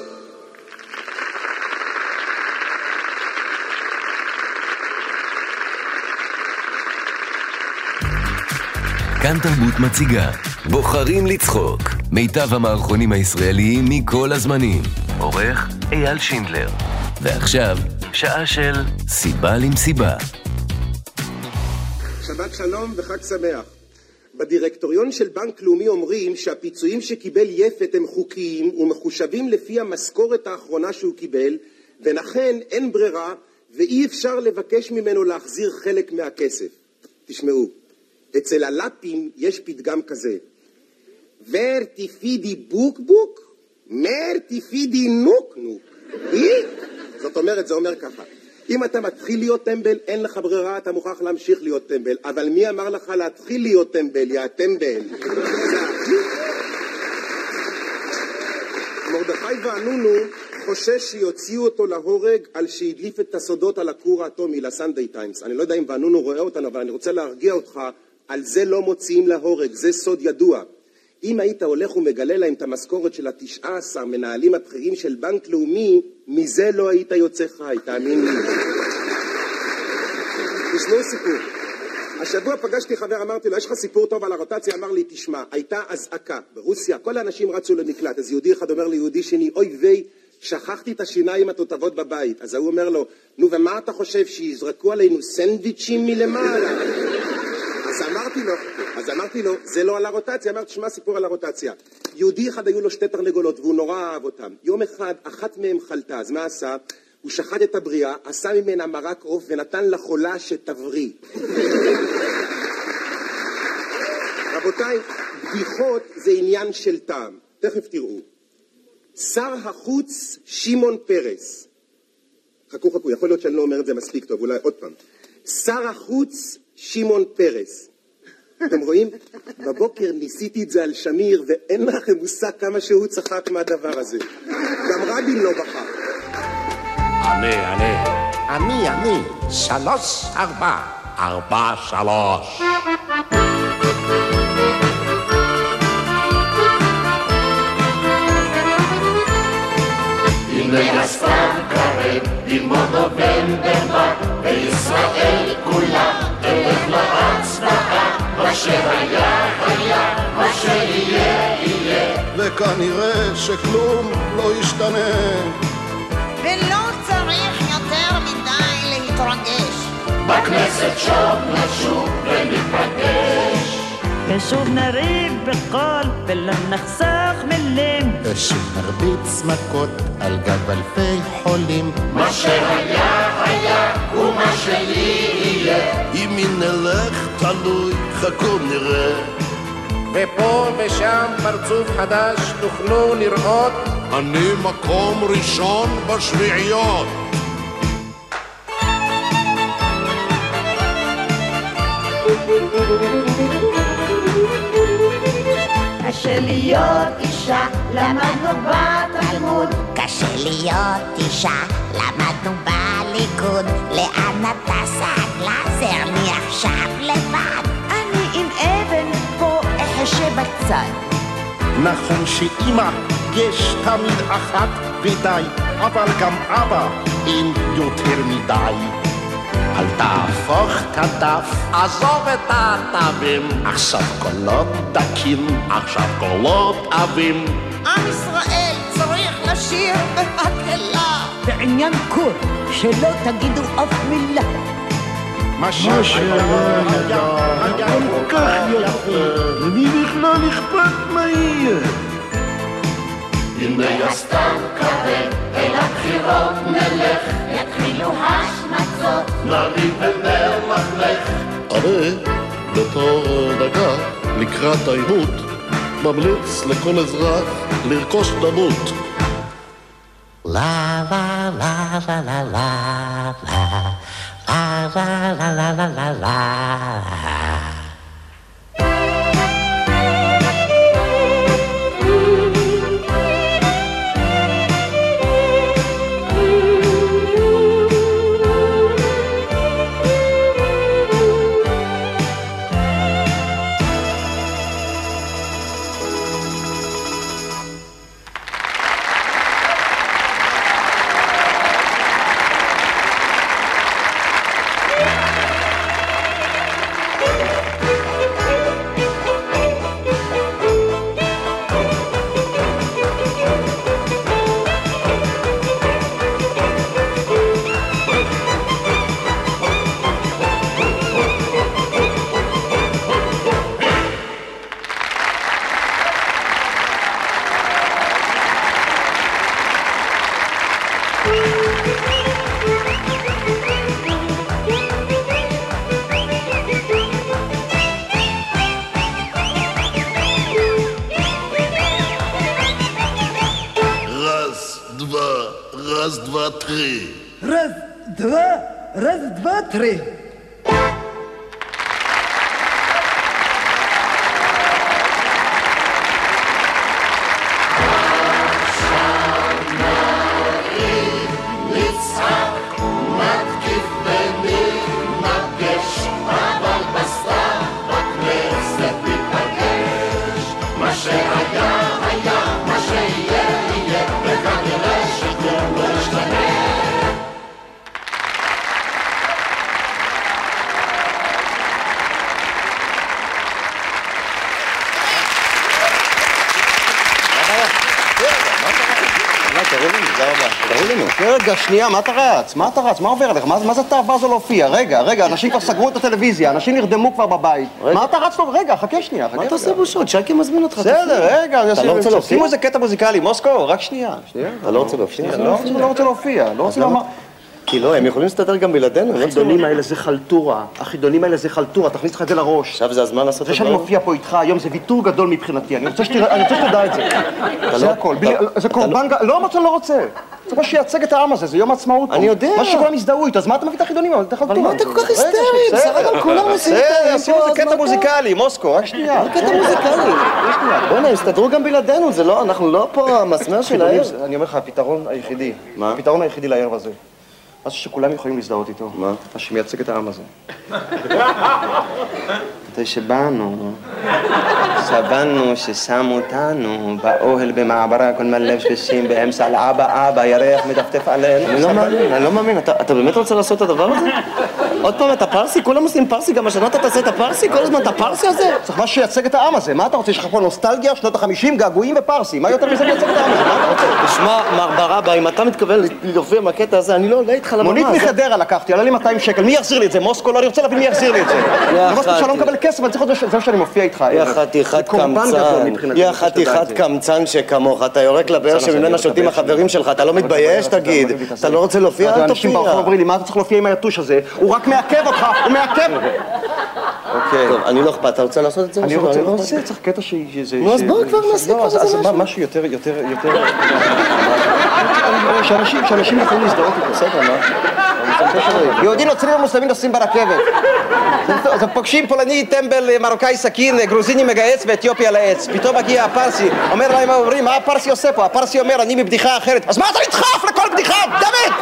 כאן תרבות מציגה בוחרים לצחוק, מיטב המערכונים הישראליים מכל הזמנים. עורך אייל שינדלר. ועכשיו שעה של סיבה למסיבה. שבת שלום וחג שמח. בדירקטוריון של בנק לאומי אומרים שהפיצויים שקיבל יפת הם חוקיים ומחושבים לפי המשכורת האחרונה שהוא קיבל, ולכן אין ברירה ואי אפשר לבקש ממנו להחזיר חלק מהכסף. תשמעו, אצל הלפים יש פתגם כזה, ורטי פידי בוק בוק, מרטי פידי נוק נוק. זאת אומרת, זה אומר ככה, אם אתה מתחיל להיות טמבל, אין לך ברירה, אתה מוכרח להמשיך להיות טמבל. אבל מי אמר לך להתחיל להיות טמבל, יא טמבל? מרדכי ואנונו חושש שיוציאו אותו להורג על שהדליף את הסודות על הכור האטומי לסנדיי טיימס. אני לא יודע אם ואנונו רואה אותנו, אבל אני רוצה להרגיע אותך, על זה לא מוציאים להורג, זה סוד ידוע. אם היית הולך ומגלה להם את המשכורת של התשעה עשר מנהלים הבכירים של בנק לאומי, מזה לא היית יוצא חי, תאמין לי. תשמעו סיפור. השבוע פגשתי חבר, אמרתי לו, יש לך סיפור טוב על הרוטציה? אמר לי, תשמע, הייתה אזעקה ברוסיה, כל האנשים רצו למקלט, אז יהודי אחד אומר ליהודי שני, אוי ויי, שכחתי את השיניים התותבות בבית. אז הוא אומר לו, נו ומה אתה חושב, שיזרקו עלינו סנדוויצ'ים מלמעלה? אז אמרתי לו, אז אמרתי לו, זה לא על הרוטציה, אמרתי, שמע סיפור על הרוטציה. יהודי אחד היו לו שתי תרנגולות, והוא נורא אהב אותם. יום אחד, אחת מהם חלתה, אז מה עשה? הוא שחט את הבריאה, עשה ממנה מרק עוף, ונתן לחולה שתבריא. רבותיי, בדיחות זה עניין של טעם. תכף תראו. שר החוץ שמעון פרס. חכו חכו, יכול להיות שאני לא אומר את זה מספיק טוב, אולי עוד פעם. שר החוץ שמעון פרס. אתם רואים? בבוקר ניסיתי את זה על שמיר, ואין לכם מושג כמה שהוא צחק מהדבר הזה. גם רבין לא בכה. אני, אני. אני, אני. שלוש, ארבע. ארבע, שלוש. הנה הסתיו קרב, ללמוד נובמבר בא, וישראל כולה תלך להצבעה. מה שהיה היה, מה שיהיה יהיה. וכנראה שכלום לא ישתנה. ולא צריך יותר מדי להתרגש. בכנסת שוב נשוב ונתפגש. ושוב נריב בקול ולא נחסוך מילים. ושוב נרביץ מכות על גב אלפי חולים. מה שהיה היה ומה שיהיה. אם נלך תלוי חכו נראה. ופה ושם פרצוף חדש תוכלו לראות. אני מקום ראשון בשביעיות. קשה להיות אישה, למדנו בתלמוד. קשה להיות אישה, למדנו בליכוד. לאן אתה סגלזר מעכשיו לבד? אני עם אבן פה אחשה בצד. נכון שאמא יש תמיד אחת ודי, אבל גם אבא אין יותר מדי. אל תהפוך את הדף, עזוב את העטבים. עכשיו קולות דקים, עכשיו קולות עבים. עם ישראל צריך לשיר בהקהלה. בעניין קור, שלא תגידו אף מילה. מה שהיה היה כל כך יפה, ומי בכלל אכפת מה יהיה? הנה הסתיו קרב, אל הבחירות נלך. יתחילו השמצות, נריב ונלכלך. הרי בתור דגה לקראת העימות ממליץ לכל אזרח לרכוש דמות. לה לה לה לה לה לה לה לה לה לה לה לה. три. Раз, два, раз, два, три. רגע, שנייה, מה אתה רץ? מה אתה רץ? מה עובר עליך? מה זה התאווה הזו להופיע? רגע, רגע, אנשים כבר סגרו את הטלוויזיה, אנשים נרדמו כבר בבית. מה אתה רץ לו? רגע, חכה שנייה. מה אתה עושה בושות? שייקי מזמין אותך. בסדר, רגע. אתה לא רוצה להופיע? שימו איזה קטע מוזיקלי, מוסקו, רק שנייה. אתה לא רוצה להופיע? לא רוצה להופיע, לא רוצה לומר... כי לא, הם יכולים להסתדר גם בלעדינו. החידונים האלה זה חלטורה, החידונים האלה זה חלטורה, תכניס לך את זה לראש. עכשיו זה הזמן לעשות את זה שאני מופיע פה איתך היום זה ויתור גדול מבחינתי, אני רוצה שתדע את זה. זה הכל, זה קורבן, לא מה שאני לא רוצה. זה מה שייצג את העם הזה, זה יום העצמאות פה. אני יודע. מה שכולם יזדהו איתו, אז מה אתה מביא את החידונים? אבל מה אתה כל כך היסטרי? בסדר, אבל כולם עושים את זה. עשינו איזה קטע מוזיקלי, מוסקו, רק שנייה. קטע מוזיקלי. בוא'נה, הם הסתדרו גם בלעדינו, זה לא, אנחנו לא פה המסמר של הערב. אני אומר לך, הפתרון היחידי, הפתרון היחידי לערב הזה. משהו שכולם יכולים להזדהות איתו. מה? מה שמייצג את העם הזה. מתי שבאנו, סבנו ששמו אותנו באוהל במעברה, כל מלא שבשים באמצע על אבא, אבא, ירח מדפדף עלינו. אני לא מאמין, אני לא מאמין. אתה באמת רוצה לעשות את הדבר הזה? עוד פעם, אתה פרסי? כולם עושים פרסי? גם השנה אתה תעשה את הפרסי? כל הזמן את הפרסי הזה? צריך משהו שייצג את העם הזה. מה אתה רוצה? יש לך פה נוסטלגיה, שנות החמישים, געגועים ופרסי. מה יותר מזה מייצג את העם הזה? מה אתה רוצה? תשמע, מר ברבא, אם אתה מתכוון להופיע מהקטע הזה, אני לא עולה איתך לבמה. מונית מחדרה לקחתי, עלה לי מאתיים שקל. מי יחזיר לי את זה? מוסקו? לא, אני רוצה להבין מי יחזיר לי את זה. אני לא שאני לא מקבל כסף, אני צריך עוד זה שאני מופיע איתך. יא חתיכת קמצן, יא חתיכת קמצן שכמוך, אתה יורק לבאר שממנה שותים החברים שלך, אתה לא מתבייש, תגיד? אתה לא רוצה להופיע? אל אנשים ברחוב אומרים לי, מה אתה צריך להופיע עם היתוש הזה? הוא רק מעכב אותך, הוא מעכב! אוקיי. טוב, אני לא אכפת, אתה רוצה לעשות את זה? אני רוצה, לא רוצה, צריך קטע שזה... נו, אז בואו כבר נעשה כבר זה משהו. משהו יותר, יותר, יותר... שאנשים יכולים להזדהות איתו, בסדר, מה? יהודים נוצרים ומוסלמים נוסעים ברכבת. אז פוגשים פולני, טמבל, מרוקאי סכין, גרוזיני מגייץ ואתיופי על העץ. פתאום מגיע הפרסי, אומר להם מה אומרים, מה הפרסי עושה פה? הפרסי אומר, אני מבדיחה אחרת. אז מה אתה נדחף לכל בדיחה? דוד!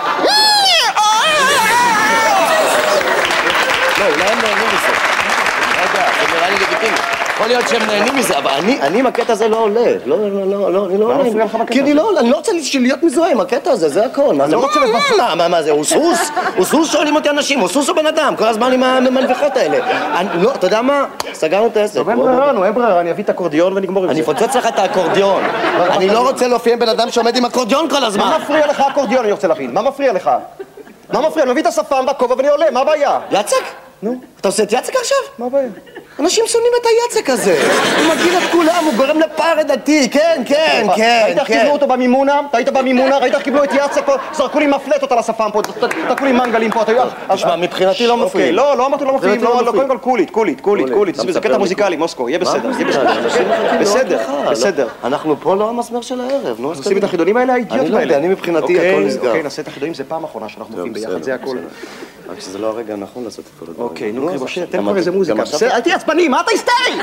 לא, אולי הם נהנים מזה. רגע, זה נראה לי לגיטימי. יכול להיות שהם נהנים מזה, אבל אני עם הקטע הזה לא עולה. לא, לא, לא, לא, אני לא עולה. כי אני לא, אני לא רוצה להיות מזוהה עם הקטע הזה, זה הכל. מה, לא רוצה לבפ... מה, מה, מה זה, הוא סוס? הוא סוס שואלים אותי אנשים, הוא סוס או בן אדם? כל הזמן עם המנביחות האלה. לא, אתה יודע מה? סגרנו את העסק. אין ברירה, נו, אין ברירה, אני אביא את האקורדיון ונגמור עם זה. אני אפוצץ לך את האקורדיון. אני לא רוצה להופיע עם בן אדם שעומד עם אקורדיון כל הזמן. מה מפריע לך האקורדיון, אני רוצה להבין? מה מפריע לך? מה מפריע? אני מביא את השפם והכובע ואני עולה, מה הבעיה? יצק? נו, אתה עושה את יצק עכשיו? מה הבעיה? אנשים שונאים את היצק הזה. הוא מגיל את כולם, הוא גורם לפער דתי. כן, כן, כן. ראית איך קיבלו אותו במימונה? אתה היית במימונה? ראית איך קיבלו את יצק פה? זרקו לי מפלטות על השפם פה, תקעו לי מנגלים פה. תשמע, מבחינתי לא מפריעים. לא, לא אמרתי לא מפריעים. לא, קודם כל קולית, קולית, קולית, קולית. זה קטע מוזיקלי, מוסקו, יהיה בסדר. בסדר, בסדר. אנחנו פה לא המסמר של הערב. עושים את החידונים האלה, האידיוט האלה. אני לא יודע, אני מבחינתי הכל נסגר. אוקיי, נעשה את החידונים, זה פעם אחרונה שאנחנו מופיעים ביחד, זה הכל. רק שזה לא הרגע הנכון לעשות את כל הדברים. אוקיי, נו, משה, תן כבר איזה מוזיקה. אל תהיה עצבני, מה אתה היסטרי?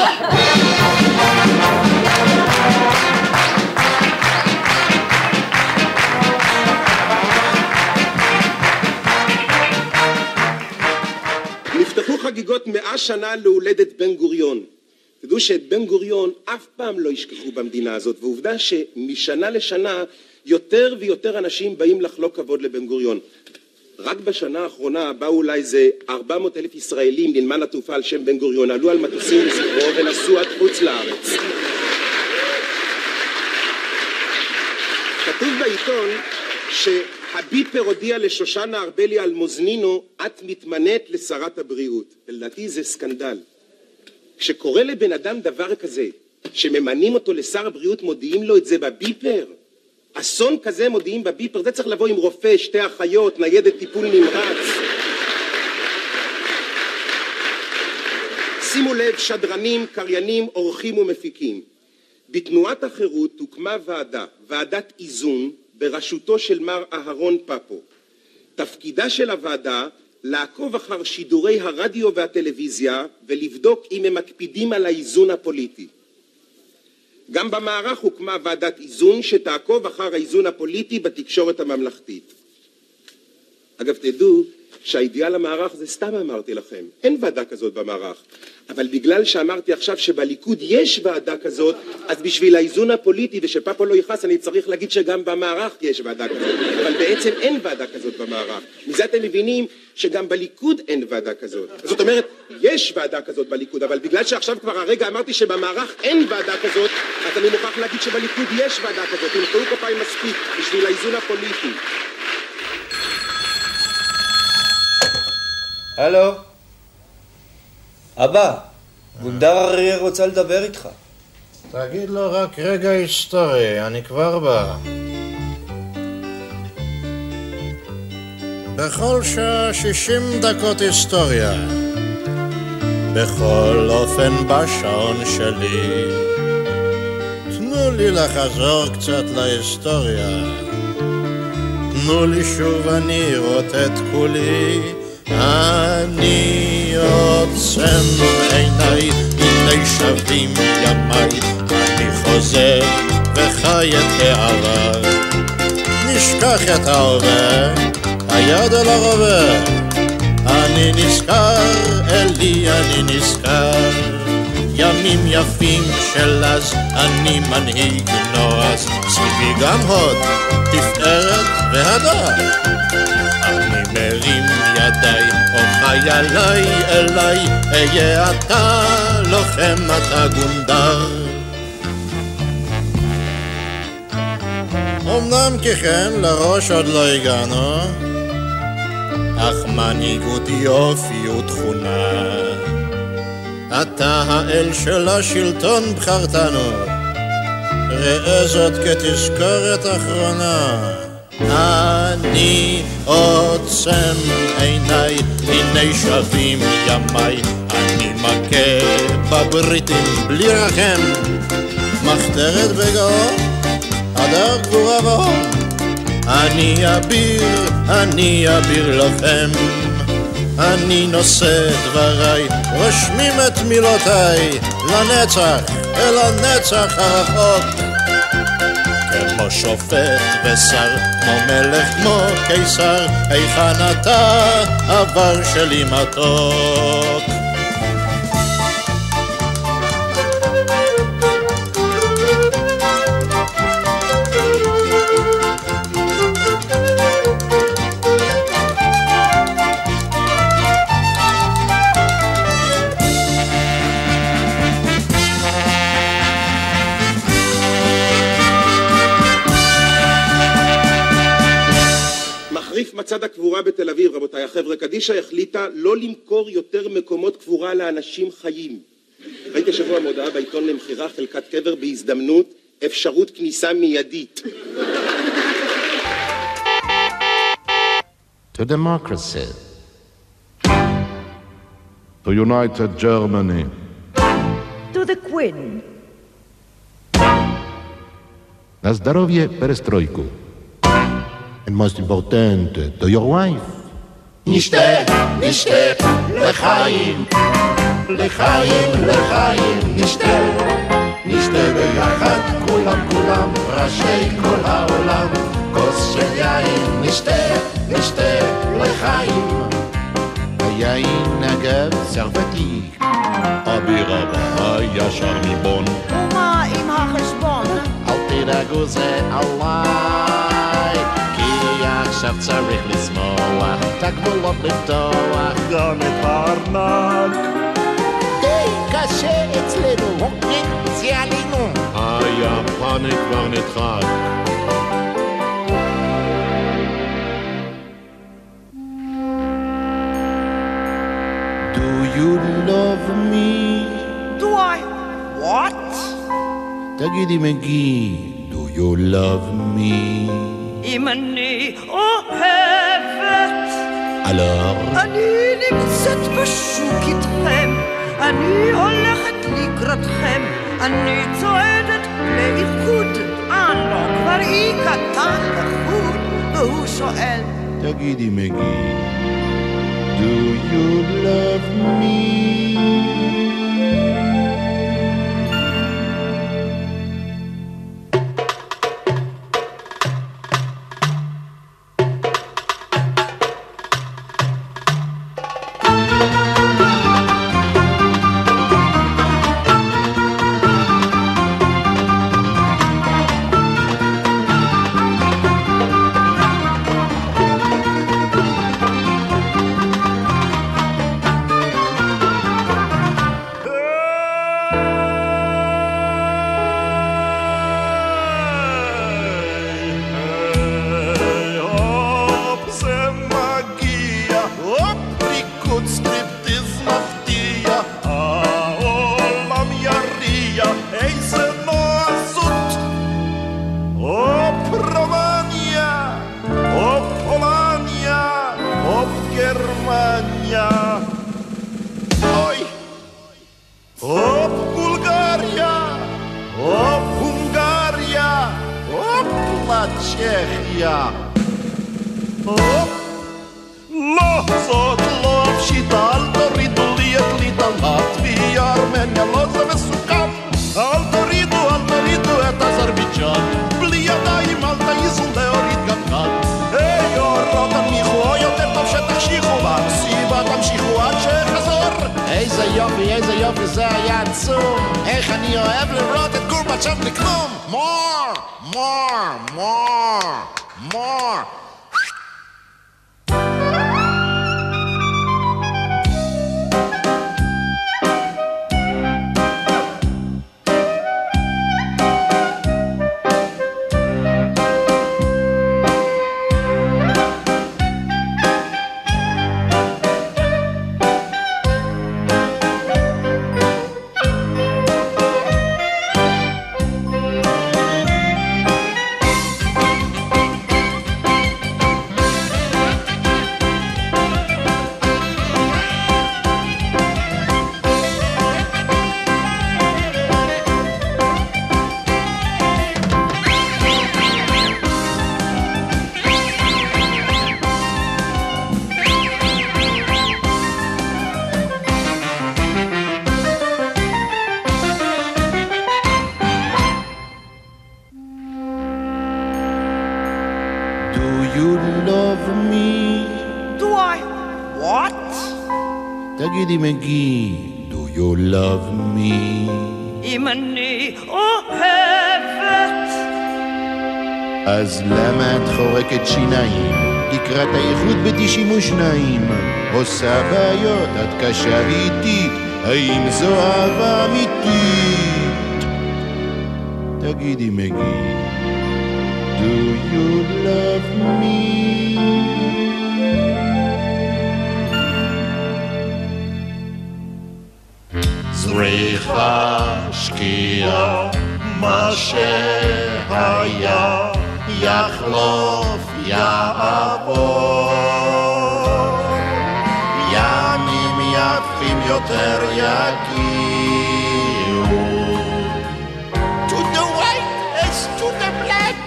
נפתחו חגיגות מאה שנה להולדת בן גוריון. תדעו שאת בן גוריון אף פעם לא ישכחו במדינה הזאת, ועובדה שמשנה לשנה יותר ויותר אנשים באים לחלוק כבוד לבן גוריון. רק בשנה האחרונה באו אולי זה ארבע מאות אלף ישראלים לנמל התעופה על שם בן גוריון, עלו על מטוסים לזכרו ונסעו עד חוץ לארץ. כתוב בעיתון שהביפר הודיע לשושנה ארבלי אלמוזנינו, את מתמנית לשרת הבריאות. לדעתי זה סקנדל. כשקורה לבן אדם דבר כזה, שממנים אותו לשר הבריאות, מודיעים לו את זה בביפר. אסון כזה מודיעים בביפר, זה צריך לבוא עם רופא, שתי אחיות, ניידת טיפול נמרץ. שימו לב, שדרנים, קריינים, עורכים ומפיקים. בתנועת החירות הוקמה ועדה, ועדת איזון, בראשותו של מר אהרון פפו. תפקידה של הוועדה לעקוב אחר שידורי הרדיו והטלוויזיה ולבדוק אם הם מקפידים על האיזון הפוליטי. גם במערך הוקמה ועדת איזון שתעקוב אחר האיזון הפוליטי בתקשורת הממלכתית. אגב, תדעו שהאידיאל המערך זה סתם אמרתי לכם, אין ועדה כזאת במערך. אבל בגלל שאמרתי עכשיו שבליכוד יש ועדה כזאת, אז בשביל האיזון הפוליטי ושפפו לא יכעס, אני צריך להגיד שגם במערך יש ועדה כזאת. אבל בעצם אין ועדה כזאת במערך. מזה אתם מבינים שגם בליכוד אין ועדה כזאת. זאת אומרת, יש ועדה כזאת בליכוד, אבל בגלל שעכשיו כבר הרגע אמרתי שבמערך אין ועדה כזאת, אז אני מוכרח להגיד שבליכוד יש ועדה כזאת. תמחאו כפיים מספיק בשביל האיזון הפוליטי. הלו? אבא, גונדר אריה רוצה לדבר איתך. תגיד לו רק רגע היסטורי, אני כבר בא. בכל שעה שישים דקות היסטוריה, בכל אופן בשעון שלי. תנו לי לחזור קצת להיסטוריה, תנו לי שוב אני רוטט כולי, אני עוצם עיניי, הנה שווים ימיי, אני חוזר וחי את העבר, נשכח את ההווה, היד אל הרובה, אני נזכר, אלי אני נזכר, ימים יפים של אז, אני מנהיג נועז, סביבי גם הוד, תפארת והדר, אני מרים ידיי, או חייליי אליי, אהיה אתה לוחם אתה גונדר. אמנם ככן לראש עוד לא הגענו, אך מנהיגות יופי ותכונה, אתה האל של השלטון בחרתנו, ראה זאת כתזכורת אחרונה. אני עוצם עיניי, הנה שווים ימיי, אני מכה בבריטים בלי רחם, מחתרת בגאון, הדר גבורה והון, אני אביר, אני אביר לכם, אני נושא דבריי, רושמים את מילותיי, לנצח, אל הנצח הרחוק, כמו שופט ושר, כמו מלך, כמו קיסר, היכן אתה, עבר שלי מתוק. מצד הקבורה בתל אביב, רבותיי, החברה קדישה החליטה לא למכור יותר מקומות קבורה לאנשים חיים. ראיתי שבוע מודעה בעיתון למחירה, חלקת קבר בהזדמנות, אפשרות כניסה מיידית. To democracy. To united Germany. To the Queen. Na zdrowie perestrojku. And most important, to your wife. נשתה, נשתה, לחיים, לחיים, לחיים, נשתה, נשתה ביחד, כולם, כולם, ראשי כל העולם, כוס של יין, נשתה, נשתה, לחיים. היין אגב צרפתי, אביר אבא ישר ליבון. ומה עם החשבון? אל תדאגו זה עליי, עכשיו צריך לשמוח, את הגבולות לפתוח, גם את הארנק. די קשה אצלנו, הוקניק זה עלינו. היפני כבר נדחק. Do you love me? Do I? What? תגידי מגי, do you love me? אם אני אוהבת, Alors? אני נמצאת בשוק איתכם, אני הולכת לקראתכם, אני צועדת לאיחוד, אני לא כבר מראי קטן לחוד, והוא שואל, תגידי מגי, do you love me? צ'כיה. לא, זאת לא הפשיטה, אל תורידו לי את ליטא, לטביה, ארמניה, לא זה מסוכן. אל תורידו, אל תורידו את אזרבייג'אן, בלי ידיים אל תעיזו להוריד גם כאן. היי אורו, תנמיכו, או יותר טוב שתקשיחו, במסיבה תמשיכו עד שחזור. איזה יופי, איזה יופי, זה היה עצום. איך אני אוהב לראות את גורבצ'וב לכלום. more, more, more, more. תגידי מגי, do you love me? אם אני אוהבת. אז למה את חורקת שיניים? לקראת האיחוד ב-תשעים ושתיים עושה בעיות, את קשה ואיטית, האם זו אהבה אמיתית? תגידי מגי, do you love me? זריחה שקיעה, מה שהיה יחלוף יעבור, ימים יפים יותר יגיעו. To the white as to the black.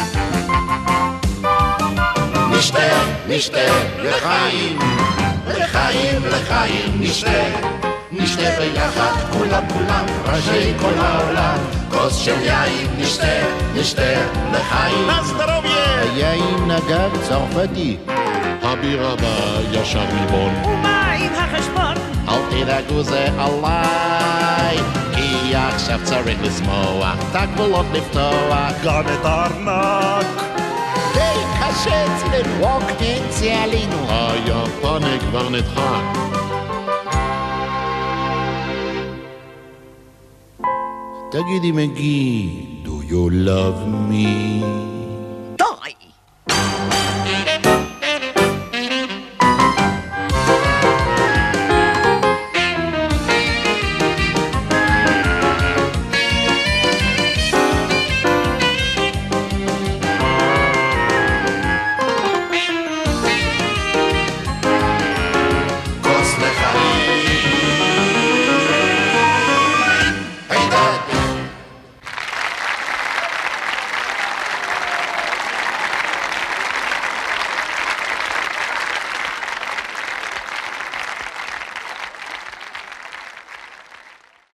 נשתה, נשתה לחיים, לחיים, לחיים, נשתה נשתה ביחד, כולם כולם, ראשי כל העולם, כוס של יין, נשתה, נשתה לחיים. נזדרוביה! היין נגב צרפתי, הבירה בה ישר לימון. ומה עם החשבון? אל תדאגו זה עליי, כי עכשיו צריך לשמוח, את הגבולות לפתוח, גם את הארנק. די קשה אצלנו, ווקנצי עלינו, היפני כבר נדחק. תגידי מגי, do you love me?